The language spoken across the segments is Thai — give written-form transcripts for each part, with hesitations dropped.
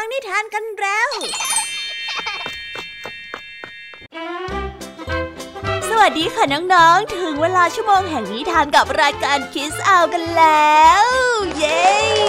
ฟังนิทานกันแล้วสวัสดีค่ะน้องๆถึงเวลาชั่วโมงแห่งนิทานกับรายการ Kids Hour กันแล้วเย้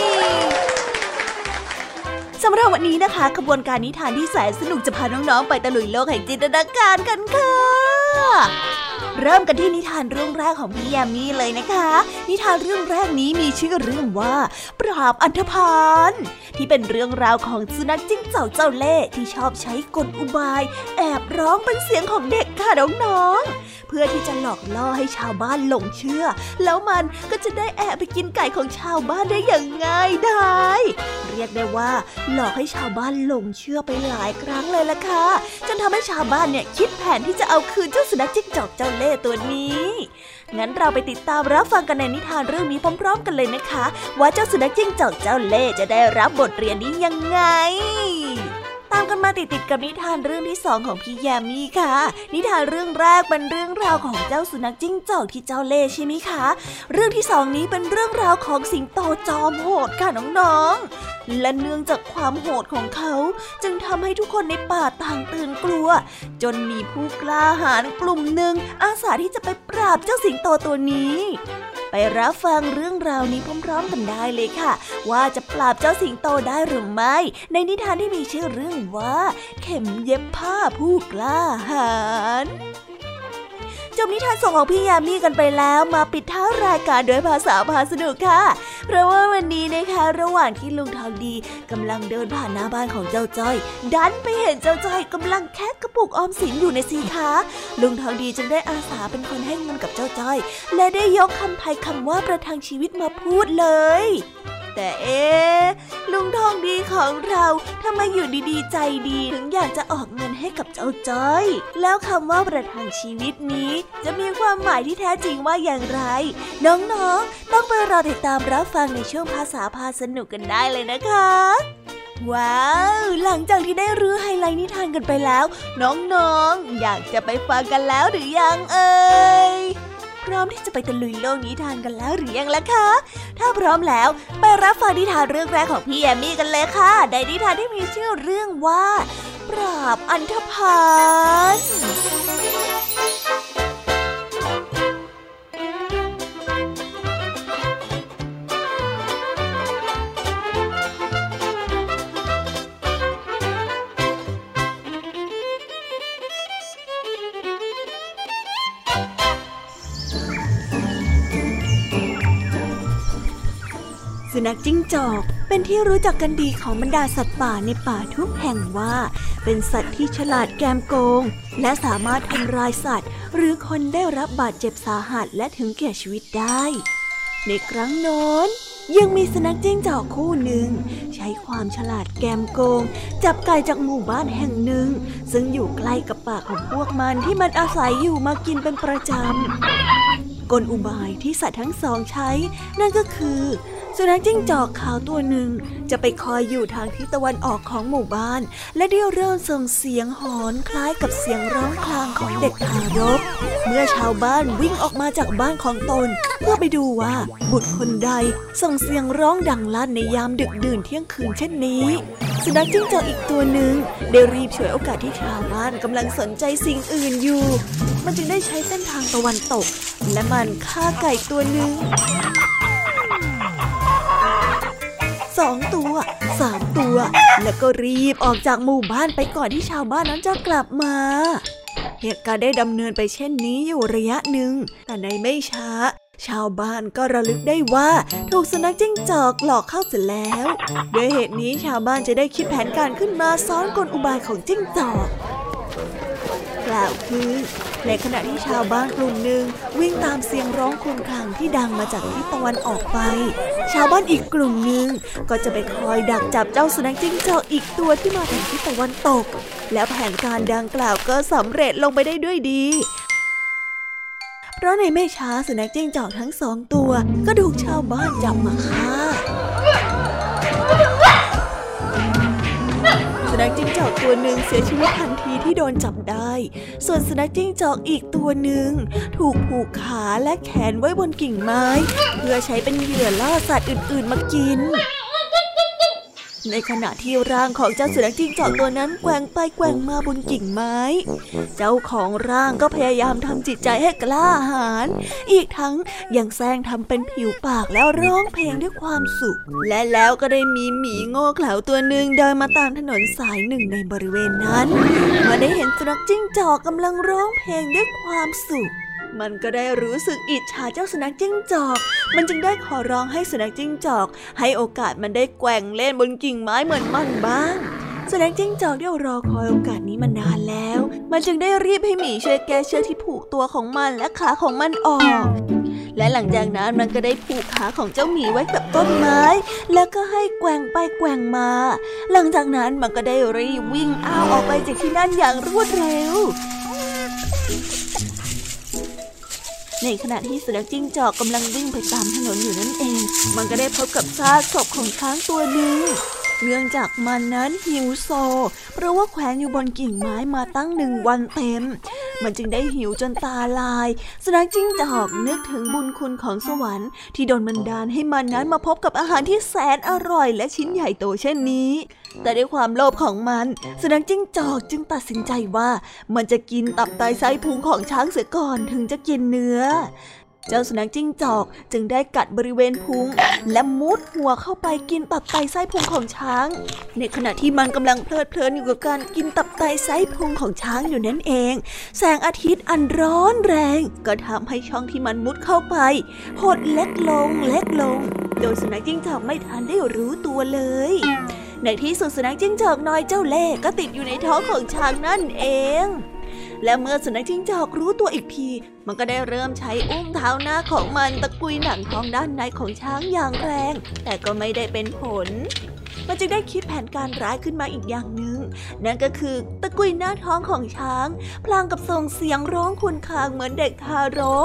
สำหรับวันนี้นะคะขบวนการนิทานที่แสนสนุกจะพาน้องๆไปตะลุยโลกแห่งจินตนาการกันค่ะเริ่มกันที่นิทานเรื่องแรกของพี่แยมมี่เลยนะคะนิทานเรื่องแรกนี้มีชื่อเรื่องว่าปราบอันธพาลที่เป็นเรื่องราวของสุนัขจิ้งจอกเจ้าเล่ห์ที่ชอบใช้กลอุบายแอบร้องเป็นเสียงของเด็กค่ะน้องๆเพื่อที่จะหลอกล่อให้ชาวบ้านหลงเชื่อแล้วมันก็จะได้แอบไปกินไก่ของชาวบ้านได้อย่างง่ายดายเรียกได้ว่าหลอกให้ชาวบ้านหลงเชื่อไปหลายครั้งเลยล่ะค่ะจนทำให้ชาวบ้านเนี่ยคิดแผนที่จะเอาคืนเจ้าสุนัขจิ้งจอกเจ้าเล่ห์ตัวนี้งั้นเราไปติดตามรับฟังกันในนิทานเรื่องนี้พร้อมๆกันเลยนะคะว่าเจ้าสุนัขจิ้งจอกเจ้าเล่ห์จะได้รับบทเรียนนี้ยังไงตามกันมาติดๆกับนิทานเรื่องที่2ของพี่แยมมี่ค่ะนิทานเรื่องแรกเป็นเรื่องราวของเจ้าสุนัขจิ้งจอกที่เจ้าเล่ห์ใช่ไหมคะเรื่องที่2นี้เป็นเรื่องราวของสิงโตจอมโหดค่ะน้องๆและเนื่องจากความโหดของเขาจึงทำให้ทุกคนในป่าต่างตื่นกลัวจนมีผู้กล้าหาญกลุ่มหนึ่งอาสาที่จะไปปราบเจ้าสิงโตตัวนี้ไปรับฟังเรื่องราวนี้พร้อมๆกันได้เลยค่ะว่าจะปราบเจ้าสิงโตได้หรือไม่ในนิทานที่มีชื่อเรื่องว่าเข็มเย็บผ้าผู้กล้าหาญจบนิทานส่งของพี่ยามีกันไปแล้วมาปิดท้ายรายการด้วยภาษาพาสนุกค่ะเพราะว่าวันนี้นะคะระหว่างที่ลุงทองดีกำลังเดินผ่านหน้าบ้านของเจ้าจ้อยดันไปเห็นเจ้าจ้อยกำลังแคะกระปุกออมสินอยู่ในสิคะลุงทองดีจึงได้อาสาเป็นคนให้เงินกับเจ้าจ้อยและได้ยกคำไทยคำว่าประทังชีวิตมาพูดเลยแต่ลุงทองดีของเราทำไมอยู่ดีๆใจดีถึงอยากจะออกเงินให้กับเจ้าจ้อยแล้วคำว่าประทังชีวิตนี้จะมีความหมายที่แท้จริงว่าอย่างไรน้องๆต้องไปรอติดตามรับฟังในช่วงภาษาพาสนุกกันได้เลยนะคะว้าวหลังจากที่ได้รู้ไฮไลท์นิทานกันไปแล้วน้องๆอยากจะไปฟังกันแล้วหรือยังเอ่ยพร้อมที่จะไปตะลุยโลกนิทานกันแล้วหรือยังล่ะคะถ้าพร้อมแล้วไปรับฟังนิทานเรื่องแรกของพี่แยมมี่กันเลยค่ะในนิทานที่มีชื่อเรื่องว่าปราบอันธพาลสุนัขจิ้งจอกเป็นที่รู้จักกันดีของบรรดาสัตว์ป่าในป่าทุกแห่งว่าเป็นสัตว์ที่ฉลาดแกมโกงและสามารถทำร้ายสัตว์หรือคนได้รับบาดเจ็บสาหัสและถึงแก่ชีวิตได้ในครั้งโน้นยังมีสุนัขจิ้งจอกคู่หนึ่งใช้ความฉลาดแกมโกงจับไก่จากหมู่บ้านแห่งหนึ่งซึ่งอยู่ใกล้กับป่าของพวกมันที่มันอาศัยอยู่มากินเป็นประจำกลอุบายที่สัตว์ทั้งสองใช้นั่นก็คือสุนัขจิ้งจอกขาวตัวหนึ่งจะไปคอยอยู่ทางทิศตะวันออกของหมู่บ้านและเดี๋ยวเริ่มส่งเสียงหอนคล้ายกับเสียงร้องคลางของเด็กทารกเมื่อชาวบ้านวิ่งออกมาจากบ้านของตนเพื่อไปดูว่าบุตรคนใดส่งเสียงร้องดังลั่นในยามดึกดื่นเที่ยงคืนเช่นนี้สุนัขจิ้งจอกอีกตัวหนึ่งได้รีบฉวยโอกาสที่ชาวบ้านกำลังสนใจสิ่งอื่นอยู่มันจึงได้ใช้เส้นทางตะวันตกและมันฆ่าไก่ตัวหนึ่ง2 ตัว 3 ตัวแล้วก็รีบออกจากหมู่บ้านไปก่อนที่ชาวบ้านนั้นจะกลับมาเหตุการณ์ได้ดำเนินไปเช่นนี้อยู่ระยะหนึ่งแต่ในไม่ช้าชาวบ้านก็ระลึกได้ว่าถูกสุนัขจิ้งจอกหลอกเข้าเสียแล้วด้วยเหตุนี้ชาวบ้านจะได้คิดแผนการขึ้นมาซ้อนกลอุบายของจิ้งจอกกล่าวคือในขณะที่ชาวบ้านกลุ่มหนึ่งวิ่งตามเสียงร้องครวญครางที่ดังมาจากทิศตะวันออกไปชาวบ้านอีกกลุ่มหนึ่งก็จะไปคอยดักจับเจ้าสุนัขจิ้งจอกอีกตัวที่มาทางทิศตะวันตกและแผนการดังกล่าวก็สำเร็จลงไปได้ด้วยดีเพราะในไม่ช้าสุนัขจิ้งจอกทั้ง2 ตัวก็ถูกชาวบ้านจับมาฆ่าสุนัขจิ้งจอกตัวหนึ่งเสียชีวิตทันทีที่โดนจับได้ส่วนสุนัขจิ้งจอกอีกตัวหนึ่งถูกผูกขาและแขนไว้บนกิ่งไม้เพื่อใช้เป็นเหยื่อล่าสัตว์อื่นๆมากินในขณะที่ร่างของเจ้าสุนัขจิ้งจอกตัวนั้นแกว่งไปแกว่งมาบนกิ่งไม้เจ้าของร่างก็พยายามทำจิตใจให้กล้าหาญอีกทั้งยังแซงทำเป็นผิวปากแล้วร้องเพลงด้วยความสุขและแล้วก็ได้มีหมีโง่เขลาตัวหนึ่งเดินมาตามถนนสายหนึ่งในบริเวณนั้นเมื่อได้เห็นสุนัขจิ้งจอกกำลังร้องเพลงด้วยความสุขมันก็ได้รู้สึกอิจฉาเจ้าสุนัขจิ้งจอกมันจึงได้ขอร้องให้สุนัขจิ้งจอกให้โอกาสมันได้แกว่งเล่นบนกิ่งไม้เหมือนมันบ้างสุนัขจิ้งจอกได้รอคอยโอกาสนี้มานานแล้วมันจึงได้รีบให้หมีช่วยแก้เชือกที่ผูกตัวของมันและขาของมันออกและหลังจากนั้นมันก็ได้ผูกขาของเจ้าหมีไว้กับต้นไม้แล้วก็ให้แกว่งไปแกว่งมาหลังจากนั้นมันก็ได้รีบวิ่งอ้าวออกไปจากที่นั่นอย่างรวดเร็วในขณะที่สุนัขจิ้งจอกกำลังวิ่งไปตามถนนอยู่นั่นเองมันก็ได้พบกับซากศพของช้างตัวหนึ่งเนื่องจากมันนั้นหิวโซเพราะว่าแขวนอยู่บนกิ่งไม้มาตั้ง1 วันเต็มมันจึงได้หิวจนตาลายสุนัขจิ้งจอกนึกถึงบุญคุณของสวรรค์ที่โดนบันดาลให้มันนั้นมาพบกับอาหารที่แสนอร่อยและชิ้นใหญ่โตเช่นนี้แต่ด้วยความโลภของมันสุนัขจิ้งจอกจึงตัดสินใจว่ามันจะกินตับไตไส้พุงของช้างเสียก่อนถึงจะกินเนื้อเจ้าสุนัขจิ้งจอกจึงได้กัดบริเวณพุงและมุดหัวเข้าไปกินตับไตไส้พุงของช้างในขณะที่มันกำลังเพลิดเพลินอยู่กับการกินตับไตไส้พุงของช้างอยู่นั่นเองแสงอาทิตย์อันร้อนแรงก็ทำให้ช่องที่มันมุดเข้าไปหดเล็กลงโดยสุนัขจิ้งจอกไม่ทันได้รู้ตัวเลยในที่สุดสุนัขจิ้งจอกน้อยเจ้าเล่ห์ก็ติดอยู่ในท้องของช้างนั่นเองและเมื่อสุนัขจิ้งจอกรู้ตัวอีกทีมันก็ได้เริ่มใช้อุ้งเท้าหน้าของมันตะกุยหนังท้องด้านในของช้างอย่างแรงแต่ก็ไม่ได้เป็นผลมันจึงได้คิดแผนการร้ายขึ้นมาอีกอย่างหนึ่งนั่นก็คือตะกุยหน้าท้องของช้างพลางกับส่งเสียงร้องครวญครางเหมือนเด็กทารก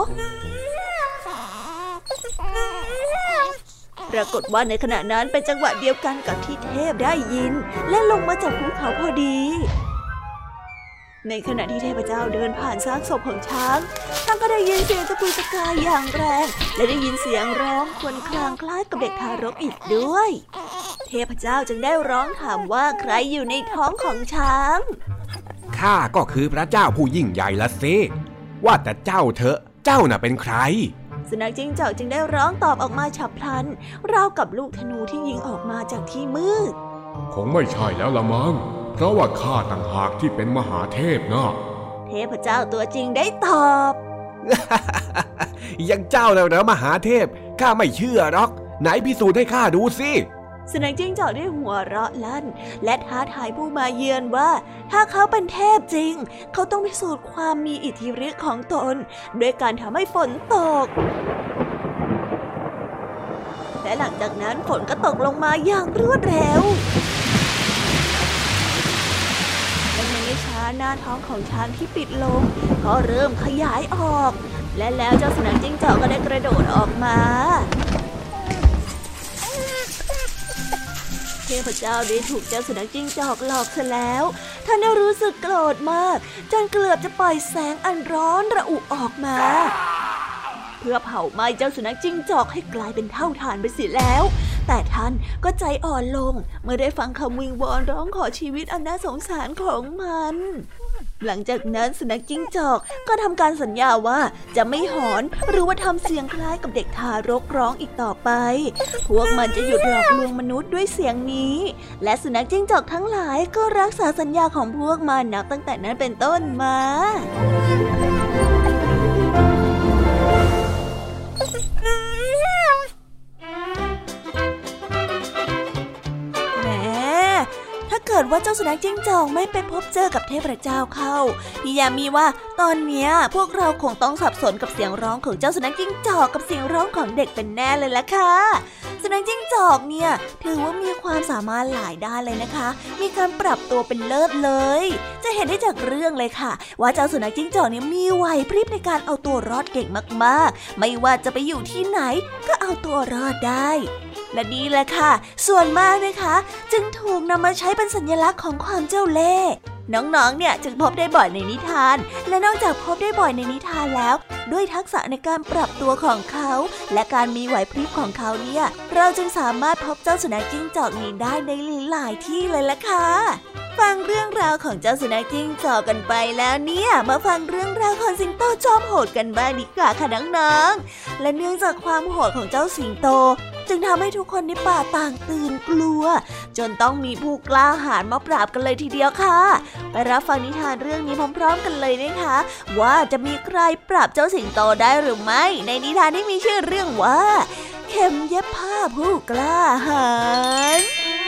ปรากฏว่าในขณะนั้นเป็นจังหวะเดียวกันกับที่เทพได้ยินและลงมาจากภูเขาพอดีในขณะที่เทพเจ้าเดินผ่านซากศพของช้างท่านก็ได้ยินเสียงตะกุยตะกายอย่างแรงและได้ยินเสียงร้องครวญครางคล้ายกับเด็กทารกอีกด้วยเทพเจ้าจึงได้ร้องถามว่าใครอยู่ในท้องของช้างข้าก็คือพระเจ้าผู้ยิ่งใหญ่ละสิว่าแต่เจ้าเถอะเจ้าน่ะเป็นใครสุนัขจิ้งจอกจึงได้ร้องตอบออกมาฉับพลันราวกับลูกธนูที่ยิงออกมาจากที่มืดคงไม่ใช่แล้วละมั้งเพราะว่าข้าต่างหากที่เป็นมหาเทพนะเทพเจ้าตัวจริงได้ตอบยังเจ้าแล้วเหรอมหาเทพข้าไม่เชื่อหรอกไหนพิสูจน์ให้ข้าดูสิสุนัขจิ้งจอกได้หัวเราะลั่นและท้าทายผู้มาเยือนว่าถ้าเขาเป็นเทพจริงเขาต้องพิสูจน์ความมีอิทธิฤทธิ์ของตนด้วยการทำให้ฝนตกและหลังจากนั้นฝนก็ตกลงมาอย่างรวดเร็วและในไม่ช้าหน้าท้องของช้างที่ปิดลงก็เริ่มขยายออกและแล้วเจ้าสุนัขจิ้งจอกก็ได้กระโดดออกมาเทพเจ้าได้ถูกเจ้าสุนัขจิ้งจอกหลอกซะแล้วท่านได้รู้สึกโกรธมากจนเกือบจะปล่อยแสงอันร้อนระอุออกมาเพื่อเผาไหม้เจ้าสุนัขจิ้งจอกให้กลายเป็นเท่าฐานไปเสียแล้วแต่ท่านก็ใจอ่อนลงเมื่อได้ฟังคำวิงวอนร้องขอชีวิตอันน่าสงสารของมันหลังจากนั้นสุนัขจิ้งจอกก็ทำการสัญญาว่าจะไม่หอนหรือว่าทำเสียงคล้ายกับเด็กทารกร้องอีกต่อไปพวกมันจะหยุดหลอกลวงมนุษย์ด้วยเสียงนี้และสุนัขจิ้งจอกทั้งหลายก็รักษาสัญญาของพวกมันนับตั้งแต่นั้นเป็นต้นมาเกิดว่าเจ้าสุนัขจิ้งจอกไม่ไปพบเจอกับเทพเจ้าเข้าพี่ยามีว่าตอนเนี้ยพวกเราคงต้องสับสนกับเสียงร้องของเจ้าสุนัขจิ้งจอกกับเสียงร้องของเด็กเป็นแน่เลยล่ะค่ะสุนัขจิ้งจอกเนี่ยถือว่ามีความสามารถหลายด้านเลยนะคะมีการปรับตัวเป็นเลิศเลยจะเห็นได้จากเรื่องเลยค่ะว่าเจ้าสุนัขจิ้งจอกเนี่ยมีไหวพริบในการเอาตัวรอดเก่งมากๆไม่ว่าจะไปอยู่ที่ไหนก็เอาตัวรอดได้และนี่แหละค่ะส่วนมากนะคะจึงถูกนำมาใช้เป็นสัญลักษณ์ของความเจ้าเล่ห์น้องๆเนี่ยจึงพบได้บ่อยในนิทานและนอกจากพบได้บ่อยในนิทานแล้วด้วยทักษะในการปรับตัวของเขาและการมีไหวพริบของเขาเนี่ยเราจึงสามารถพบเจ้าสุนัขจิ้งจอกนี้ได้ในหลายที่เลยล่ะค่ะฟังเรื่องราวของเจ้าสุนัขจิ้งจอกกันไปแล้วเนี่ยมาฟังเรื่องราวของสิงโตจอมโหดกันบ้างดีกว่าค่ะน้องๆและเนื่องจากความโหดของเจ้าสิงโตจึงทำให้ทุกคนในป่าต่างตื่นกลัวจนต้องมีผู้กล้าหาญมาปราบกันเลยทีเดียวค่ะไปรับฟังนิทานเรื่องนี้พร้อมๆกันเลยนะคะว่าจะมีใครปราบเจ้าสิงโตได้หรือไม่ในนิทานที่มีชื่อเรื่องว่าเข็มเย็บผ้าผู้กล้าหาญ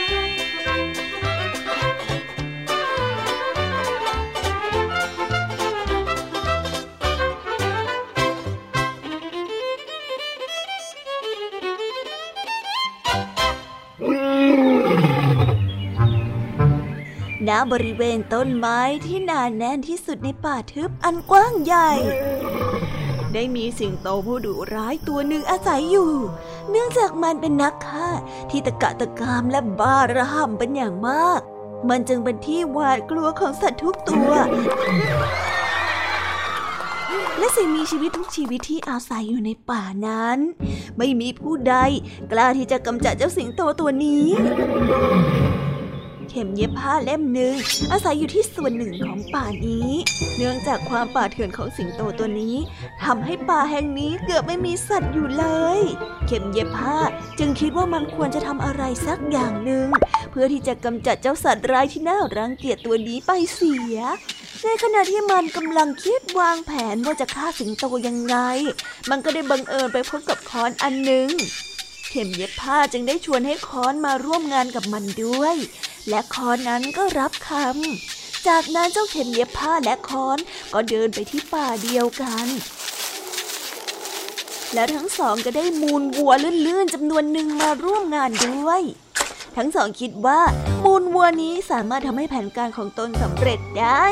ณบริเวณต้นไม้ที่หนาแน่นที่สุดในป่าทึบอันกว้างใหญ่ได้มีสิงโตผู้ดุร้ายตัวหนึ่งอาศัยอยู่เนื่องจากมันเป็นนักฆ่าที่ตะกะตะกามและบ้าระห่ำเป็นอย่างมากมันจึงเป็นที่หวาดกลัวของสัตว์ทุกตัวและสิ่งมีชีวิตทุกชีวิตที่อาศัยอยู่ในป่านั้นไม่มีผู้ใดกล้าที่จะกำจัดเจ้าสิงโตตัวนี้เข็มเย็บผ้าเล่มหนึ่งอาศัยอยู่ที่ส่วนหนึ่งของป่านี้เนื่องจากความป่าเถื่อนของสิงโตตัวนี้ทำให้ป่าแห่งนี้เกือบไม่มีสัตว์อยู่เลยเข็มเย็บผ้าจึงคิดว่ามันควรจะทำอะไรสักอย่างหนึ่งเพื่อที่จะกำจัดเจ้าสัตว์ร้ายที่น่ารังเกียจตัวนี้ไปเสียในขณะที่มันกำลังคิดวางแผนว่าจะฆ่าสิงโตยังไงมันก็ได้บังเอิญไปพบกับค้อนอันหนึ่งเข็มเย็บผ้าจึงได้ชวนให้ค้อนมาร่วมงานกับมันด้วยและค้อนนั้นก็รับคำจากนั้นเจ้าเข็มเย็บผ้าและค้อนก็เดินไปที่ป่าเดียวกันแล้วทั้งสองก็ได้มูลวัวลื่นๆจำนวนหนึ่งมาร่วมงานด้วยทั้งสองคิดว่ามูลวัวนี้สามารถทำให้แผนการของตนสำเร็จได้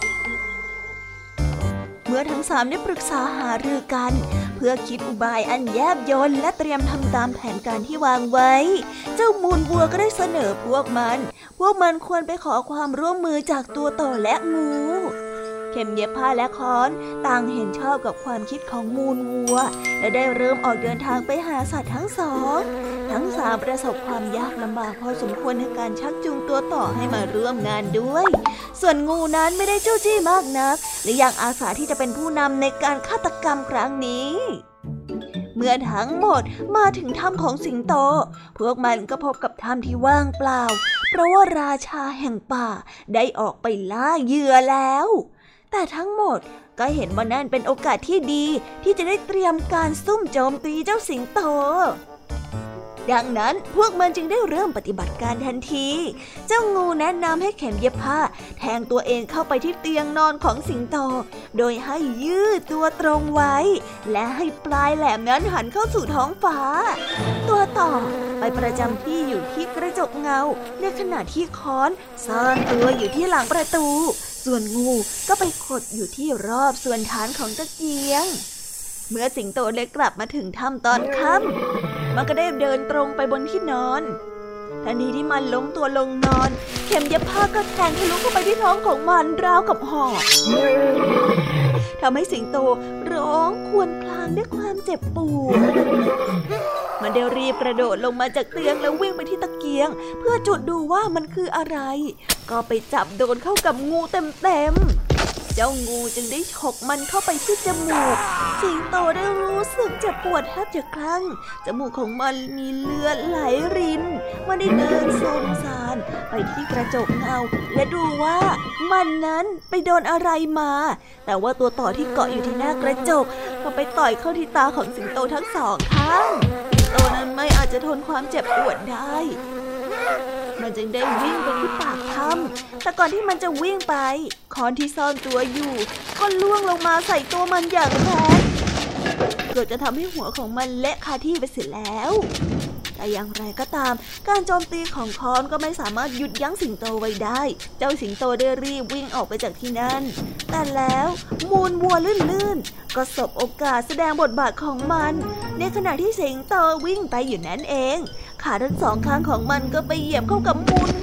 เมื่อทั้งสามได้ปรึกษาหารือกันเพื่อคิดอุบายอันแยบยลและเตรียมทำตามแผนการที่วางไว้เจ้ามูลวัวก็ได้เสนอพวกมันควรไปขอความร่วมมือจากตัวต่อและงูเข็มเย็บผ้าและค้อนต่างเห็นชอบกับความคิดของมูลวัวและได้เริ่มออกเดินทางไปหาสัตว์ทั้งสองทั้งสามประสบความยากลำบากพอสมควรในการชักจูงตัวต่อให้มาร่วมงานด้วยส่วนงูนั้นไม่ได้จู้จี้มากนักและยังอาสาที่จะเป็นผู้นำในการฆาตกรรมครั้งนี้เมื่อทั้งหมดมาถึงถ้ำของสิงโตพวกมันก็พบกับถ้ำที่ว่างเปล่าเพราะว่าราชาแห่งป่าได้ออกไปล่าเหยื่อแล้วแต่ทั้งหมดก็เห็นว่านั่นเป็นโอกาสที่ดีที่จะได้เตรียมการซุ่มโจมตีเจ้าสิงโตดังนั้นพวกมันจึงได้เริ่มปฏิบัติการทันทีเจ้างูแนะนำให้เข็มเย็บผ้าแทงตัวเองเข้าไปที่เตียงนอนของสิงโตโดยให้ยืดตัวตรงไว้และให้ปลายแหลมนั้นหันเข้าสู่ท้องฟ้าตัวต่อไปประจำที่อยู่ที่กระจกเงาในขณะที่ค้อนซ่อนตัวอยู่ที่หลังประตูส่วนงูก็ไปขดอยู่ที่รอบส่วนฐานของตะเกียงเมื่อสิงโตได้กลับมาถึงถ้ำตอนค่ำมันก็ได้เดินตรงไปบนที่นอนทันทีที่มันล้มตัวลงนอนเข็มเย็บผ้าก็แทงทะลุเข้าไปที่ท้องของมันราวกับหอกทำให้สิงโตร้องครวญครางด้วยความเจ็บปวดมันได้รีบกระโดดลงมาจากเตียงแล้ววิ่งไปที่ตะเกียงเพื่อจุดดูว่ามันคืออะไรก็ไปจับโดนเข้ากับงูเต็มเจ้างูจึงได้ฉกมันเข้าไปที่จมูกสิงโตได้รู้สึกเจ็บปวดแทบจะคลั่งจมูกของมันมีเลือดไหลรินมันได้เดินสงสารไปที่กระจกเงาและดูว่ามันนั้นไปโดนอะไรมาแต่ว่าตัวต่อที่เกาะอยู่ที่หน้ากระจกก็ไปต่อยเข้าที่ตาของสิงโตทั้งสองข้างสิงโตนั้นไม่อาจจะทนความเจ็บปวดได้มันจึงได้วิ่งไปที่ปากถ้ำแต่ก่อนที่มันจะวิ่งไปค้อนที่ซ่อนตัวอยู่ก็ล่วงลงมาใส่ตัวมันอย่างแรงเกือบจะทำให้หัวของมันเละคาที่ไปเสียแล้วแต่อย่างไรก็ตามการโจมตีของค้อนก็ไม่สามารถหยุดยั้งสิงโตไว้ได้เจ้าสิงโตได้รีบวิ่งออกไปจากที่นั่นแต่แล้วมูลวัวลื่นๆก็สบโอกาสแสดงบทบาทของมันในขณะที่สิงโตวิ่งไปอยู่นั่นเองขาทั้งสองข้างของมันก็ไปเหยียบเข้ากับมูลวั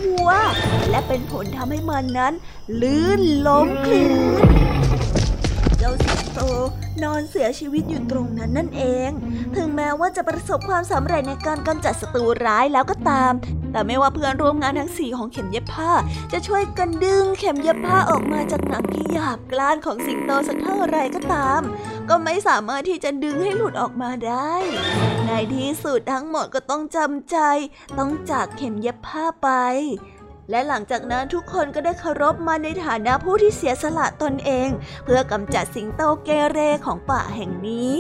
วัวและเป็นผลทำให้มันนั้นลื่นล้มคลื่นเจ้าสิงโตนอนเสียชีวิตอยู่ตรงนั้นนั่นเองถึงแม้ว่าจะประสบความสำเร็จในการกำจัดศัตรูร้ายแล้วก็ตามแต่ไม่ว่าเพื่อนร่วมงานทั้ง4ของเข็มเย็บผ้าจะช่วยกันดึงเข็มเย็บผ้าออกมาจากหนังที่หยาบกร้านของสิงโตสักเท่าไรก็ตามก็ไม่สามารถที่จะดึงให้หลุดออกมาได้ในที่สุดทั้งหมดก็ต้องจำใจต้องจากเข็มเย็บผ้าไปและหลังจากนั้นทุกคนก็ได้เคารพมันในฐานะผู้ที่เสียสละตนเองเพื่อกำจัดสิงโตเกเรของป่าแห่งนี้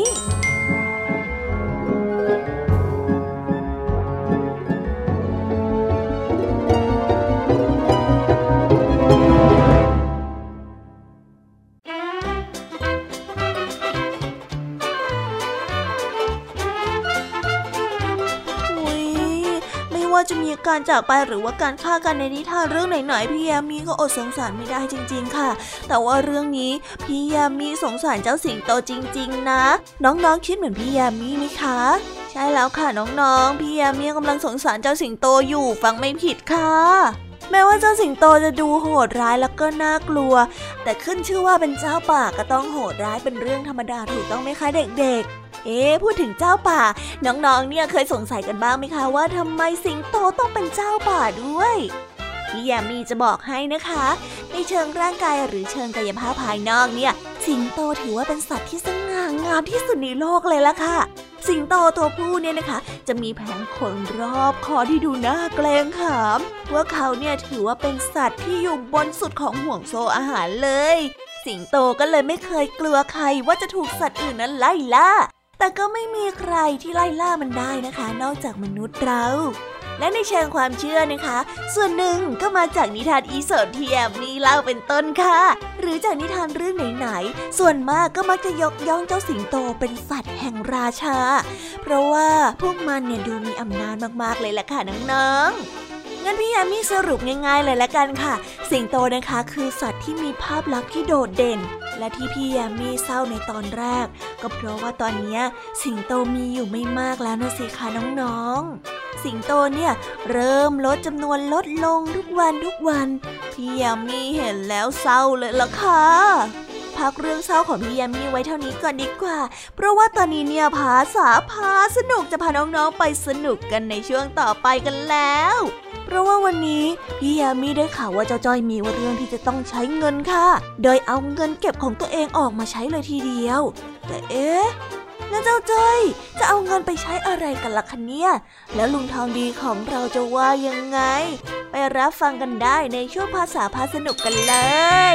จะมีการจากไปหรือว่าการฆ่ากันในนิทานเรื่องไหนๆพี่ยามีก็อดสงสารไม่ได้จริงๆค่ะแต่ว่าเรื่องนี้พี่ยามีสงสารเจ้าสิงโตจริงๆนะน้องๆคิดเหมือนพี่ยามีไหมคะใช่แล้วค่ะน้องๆพี่ยามีกำลังสงสารเจ้าสิงโตอยู่ฟังไม่ผิดค่ะแม้ว่าเจ้าสิงโตจะดูโหดร้ายแล้วก็น่ากลัวแต่ขึ้นชื่อว่าเป็นเจ้าป่าก็ต้องโหดร้ายเป็นเรื่องธรรมดาถูกต้องไหมคะเด็กๆพูดถึงเจ้าป่าน้องๆเนี่ยเคยสงสัยกันบ้างไหมคะว่าทำไมสิงโตต้องเป็นเจ้าป่าด้วยพี่ยามีจะบอกให้นะคะในเชิงร่างกายหรือเชิงกายภาพภายนอกเนี่ยสิงโตถือว่าเป็นสัตว์ที่สง่างามที่สุดในโลกเลยล่ะค่ะสิงโตตัวผู้เนี่ยนะคะจะมีแผงขนรอบคอที่ดูน่าเกรงขามพวกเขาเนี่ยถือว่าเป็นสัตว์ที่อยู่บนสุดของห่วงโซ่อาหารเลยสิงโตก็เลยไม่เคยกลัวใครว่าจะถูกสัตว์อื่นนั้นไล่ล่าแต่ก็ไม่มีใครที่ไล่ล่ามันได้นะคะนอกจากมนุษย์เราและในเชิงความเชื่อนะคะส่วนหนึ่งก็มาจากนิทานอีสปที่แอมมี่เล่าเป็นต้นค่ะหรือจากนิทานเรื่องไหนๆส่วนมากก็มักจะยกย่องเจ้าสิงโตเป็นสัตว์แห่งราชาเพราะว่าพวกมันเนี่ยดูมีอำนาจมากๆเลยล่ะค่ะน้องๆงั้นพี่แอมมี่สรุปง่ายๆเลยละกันค่ะสิงโตนะคะคือสัตว์ที่มีภาพลักษณ์ที่โดดเด่นและที่พี่แอมมี่เศร้าในตอนแรกก็เพราะว่าตอนนี้สิงโตมีอยู่ไม่มากแล้วนะสิคะน้องๆสิงโตเนี่ยเริ่มลดจำนวนลดลงทุกวันพี่แอมมี่เห็นแล้วเศร้าเลยล่ะค่ะพักเรื่องเศร้าของพี่แอมมี่ไว้เท่านี้ก่อนดีกว่าเพราะว่าตอนนี้เนี่ยพาสนุกจะพาน้องๆไปสนุกกันในช่วงต่อไปกันแล้วเพราะว่าวันนี้พี่ยามีได้ข่าวว่าเจ้าจ้อยมีเรื่องที่จะต้องใช้เงินค่ะโดยเอาเงินเก็บของตัวเองออกมาใช้เลยทีเดียวแต่แล้วเจ้าจ้อยจะเอาเงินไปใช้อะไรกันล่ะคะเนี่ยแล้วลุงทองดีของเราจะว่ายังไงไปรับฟังกันได้ในช่วงภาษาพาสนุกกันเลย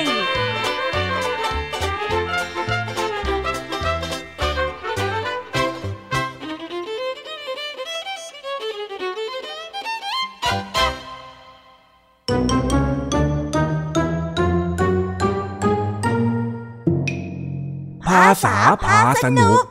ภาษาพาสนุก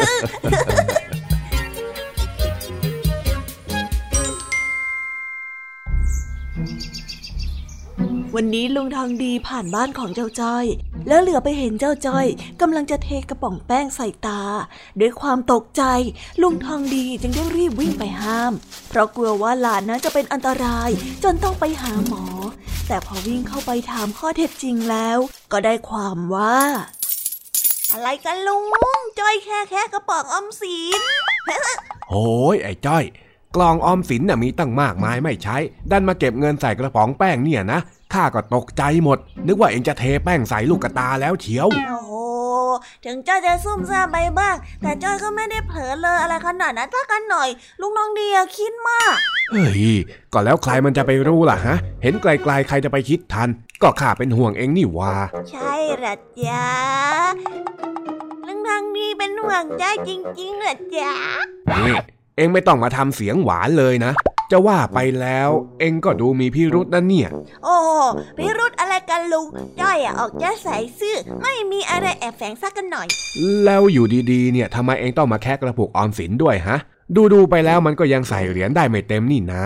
วันนี้ลุงทองดีผ่านบ้านของเจ้าจ้อยแล้วเหลือไปเห็นเจ้าจ้อยกำลังจะเทกระป๋องแป้งใส่ตาด้วยความตกใจลุงทองดีจึงได้รีบวิ่งไปห้ามเพราะกลัวว่าหลานนั้นจะเป็นอันตรายจนต้องไปหาหมอแต่พอวิ่งเข้าไปถามข้อเท็จจริงแล้วก็ได้ความว่าอะไรกันลุงจ้อยแค่กระป๋องออมสินโอ้ยไอ้จ้อยกล่องออมสินน่ะมีตั้งมากมายไม่ใช้ดันมาเก็บเงินใส่กระป๋องแป้งเนี่ยนะข้าก็ตกใจหมดนึกว่าเองจะเทแป้งใส่ลูกกระตาแล้วเฉียวโอ้โหถึงจ้อยจะซุ่มซ่ามไปบ้างแต่จ้อยก็ไม่ได้เผลอเลยอะไรขนาดนั้นสักกันหน่อยลุงน้องดีคิดมากเฮ้ยก็แล้วใครมันจะไปรู้ล่ะฮะเห็นไกลๆใครจะไปคิดทันก็ข้าเป็นห่วงเองนี่ว่าใช่ละจ๊ะลุงน้องดีเป็นห่วงจ้อยจริงๆเหรอจ๊ะนี่เองไม่ต้องมาทำเสียงหวานเลยนะจะว่าไปแล้วเองก็ดูมีพิรุธนะเนี่ยโอ้พิรุธอะไรกันลุงจ้อยออกจะใส่ซื่อไม่มีอะไรแอบแฝงสักกันหน่อยแล้วอยู่ดีๆเนี่ยทำไมเองต้องมาแคะกระปุกออมสินด้วยฮะดูไปแล้วมันก็ยังใส่เหรียญได้ไม่เต็มนี่นะ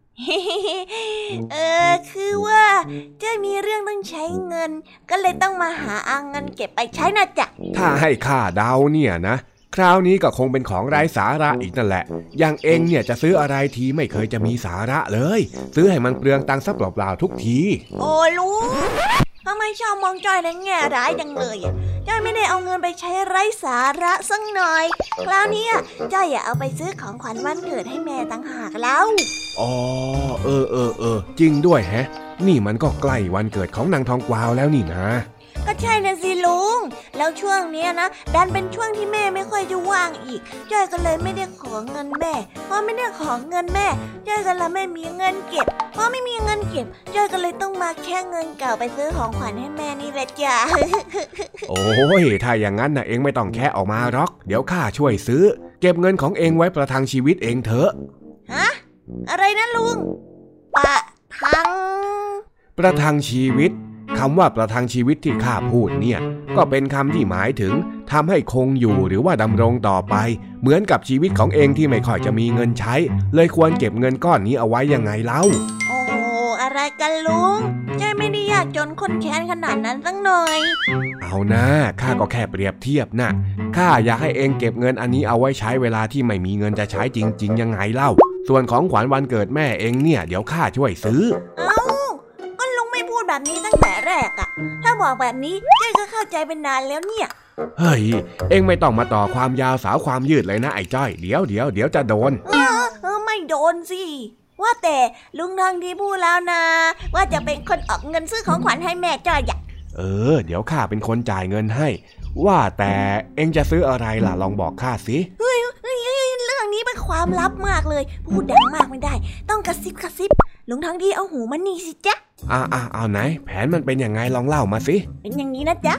คือว่าจ้อยมีเรื่องต้องใช้เงินก็เลยต้องมาหาเงินเก็บไปใช้นะจ๊ะถ้าให้ข้าเดาเนี่ยนะคราวนี้ก็คงเป็นของไร้สาระอีกนั่นแหละอย่างเองเนี่ยจะซื้ออะไรทีไม่เคยจะมีสาระเลยซื้อให้มันเปลืองตังค์ซะเปล่าๆทุกทีโอ้ลุงทำไมชอบมองจ้อยในแง่ร้ายจังเลยจ้อยไม่ได้เอาเงินไปใช้ไร้สาระสักหน่อยคราวนี้จ้อยเอาไปซื้อของขวัญวันเกิดให้แม่ต่างหากแล้วอ๋อจริงด้วยแฮะนี่มันก็ใกล้วันเกิดของนางทองกวาวแล้วนี่นะก็ใช่นะสิลุงแล้วช่วงนี้นะดันเป็นช่วงที่แม่ไม่ค่อยจะว่างอีกจ้อยก็เลยไม่ได้ขอเงินแม่พอไม่ได้ขอเงินแม่จ้อยก็เลยไม่มีเงินเก็บพอไม่มีเงินเก็บจ้อยก็เลยต้องมาแค่เงินเก่าไปซื้อของขวัญให้แม่นี่แหละจ้ะโอ้ยถ้าอย่างนั้นนะเองไม่ต้องแค่ออกมาหรอกเดี๋ยวข้าช่วยซื้อเก็บเงินของเองไว้ประทังชีวิตเองเถอะฮะอะไรนะลุงประทังชีวิตคำว่าประทังชีวิตที่ข้าพูดเนี่ยก็เป็นคำที่หมายถึงทำให้คงอยู่หรือว่าดำรงต่อไปเหมือนกับชีวิตของเองที่ไม่ค่อยจะมีเงินใช้เลยควรเก็บเงินก้อนนี้เอาไว้ยังไงเล่าโอ้อะไรกันลุงใจไม่ได้ยากจนคนแค้นขนาดนั้นสักหน่อยเอานะข้าก็แค่เปรียบเทียบนะข้าอยากให้เองเก็บเงินอันนี้เอาไว้ใช้เวลาที่ไม่มีเงินจะใช้จริงๆยังไงเล่าส่วนของขวัญวันเกิดแม่เองเนี่ยเดี๋ยวข้าช่วยซื้อแบบนี้ตั้งแต่แรกถ้าบอกแบบนี้เจ๊ก็เข้าใจเป็นนานแล้วเนี่ยเฮ้ยเอ็งไม่ต้องมาต่อความยาวสาวความยืดเลยนะไอ้จ้อยเดี๋ยวจะโดนไม่โดนสิว่าแต่ลุงทองดีพูดแล้วนะว่าจะเป็นคนออกเงินซื้อของขวัญให้แม่จ้อยเดี๋ยวข้าเป็นคนจ่ายเงินให้ว่าแต่เอ็งจะซื้ออะไรล่ะลองบอกข้าสิเฮ้ยเรื่องนี้เป็นความลับมากเลยพูดดังมากไม่ได้ต้องกระซิบลุงทองดีเอาหูมานี่สิจ๊ะเอาไหนแผนมันเป็นยังไงลองเล่ามาสิเป็นอย่างนี้นะจ๊ะ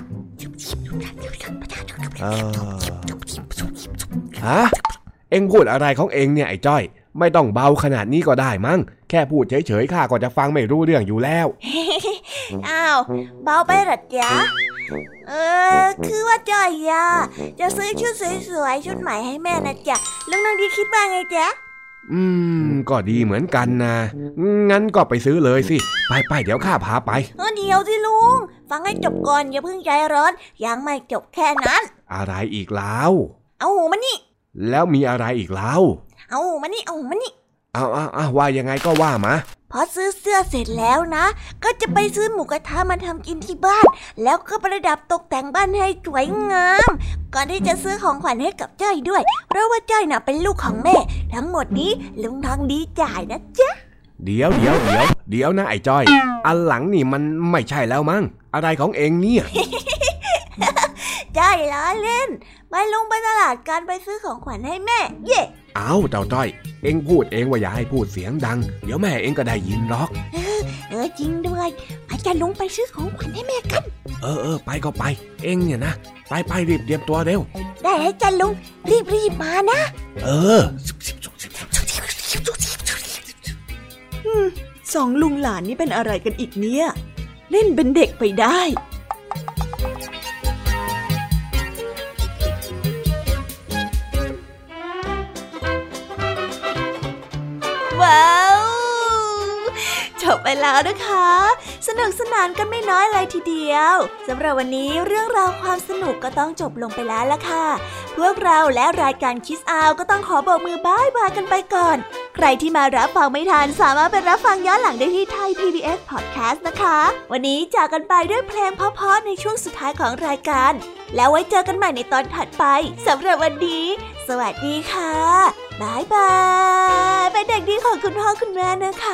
ฮะเอ็งพูดอะไรของเอ็งเนี่ยไอ้จ้อยไม่ต้องเบาขนาดนี้ก็ได้มั้งแค่พูดเฉยๆข้าก็จะฟังไม่รู้เรื่องอยู่แล้วอ้าวเบาไปหรอจ๊ะคือว่าจ้อยจะซื้อชุดสวยๆชุดใหม่ให้แม่นะจ๊ะลุงทองดีคิดว่าไงจ๊ะก็ดีเหมือนกันนะงั้นก็ไปซื้อเลยสิไปเดี๋ยวข้าพาไปเดี๋ยวสิลุงฟังให้จบก่อนอย่าเพิ่งใจร้อนยังไม่จบแค่นั้นอะไรอีกแล้วเอาหูมานี่แล้วมีอะไรอีกแล้วเอาหูมานี่เอาว่ายังไงก็ว่ามาพอซื้อเสื้อเสร็จแล้วนะก็จะไปซื้อหมูกระทะมาทำกินที่บ้านแล้วก็ประดับตกแต่งบ้านให้สวยงามก่อนที่จะซื้อของขวัญให้กับจ้อยด้วยเพราะว่าจ้อยน่ะเป็นลูกของแม่ทั้งหมดนี้ลุงทองดีจ่ายนะจ๊ะเดี๋ยวนะไอ้จ้อยอันหลังนี่มันไม่ใช่แล้วมั้งอะไรของเองเนี่ยจ้อยล้อเล่นไปลงไปตลาดกันไปซื้อของขวัญให้แม่เย่เอาเต่าจ้อยเอ็งพูดเองว่าอย่าให้พูดเสียงดังเดี๋ยวแม่เองก็ได้ยินหรอกจริงด้วยไปจะลงไปซื้อของขวัญให้แม่กันไปก็ไปเอ็งเนี่ยนะไปรีบเตรียมตัวเร็วได้ให้จันลุงรีบมานะสองลุงหลานนี่เป็นอะไรกันอีกเนี่ยเล่นเป็นเด็กไปได้ว้าวจบไปแล้วนะคะสนุกสนานกันไม่น้อยเลยทีเดียวสำหรับวันนี้เรื่องราวความสนุกก็ต้องจบลงไปแล้วล่ะค่ะพวกเราและรายการคิสอาวก็ต้องขอบอกมือบ๊ายบายกันไปก่อนใครที่มารับฟังไม่ทันสามารถไปรับฟังย้อนหลังได้ที่ Thai PBS Podcast นะคะวันนี้จากกันไปด้วยเพลงเพราะๆในช่วงสุดท้ายของรายการแล้วไว้เจอกันใหม่ในตอนถัดไปสำหรับวันนี้สวัสดีค่ะบ๊ายบายเป็นเด็กดีของคุณพ่อคุณแม่นะคะ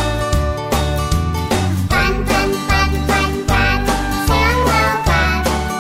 เ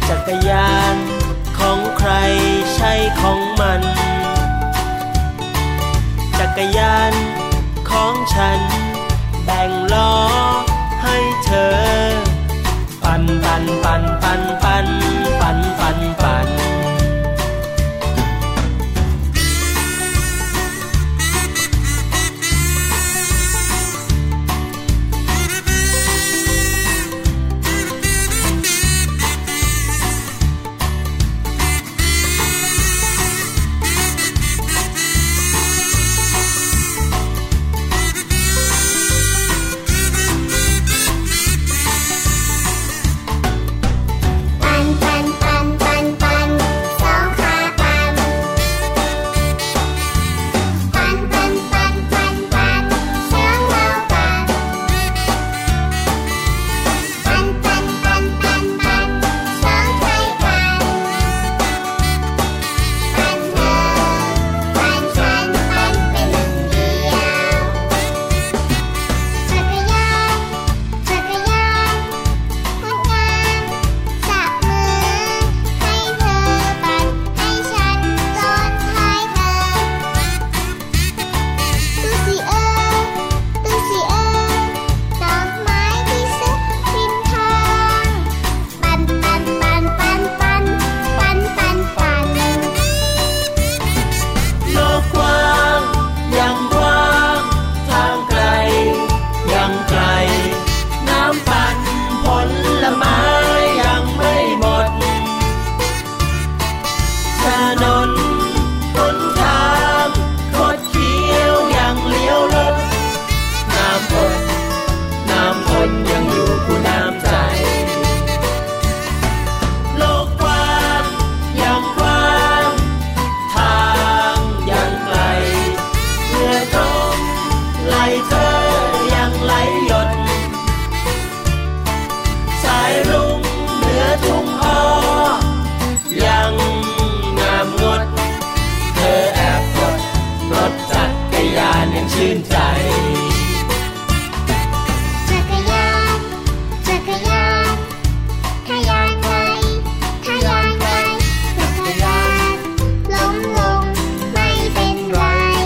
จักรยานของใครใช่ของมันจักรยานของฉันแบ่งล้อให้เธอปั่นปั่นปั่นปั่นปั่นปั่นปั่นปั่นชื่นใจจักรยานจักรยานถ้ายานไกลถ้ายานไกลจักรยานล้มลงไม่เป็นไร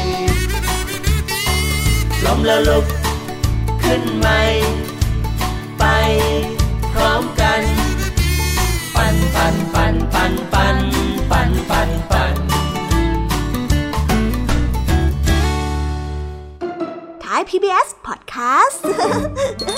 ล้มแล้วลุกขึ้นใหม่ไปพร้อมกันปั่นปั่นปั่นปั่นปั่นปั่นปั่นปั่น Thai PBS Podcast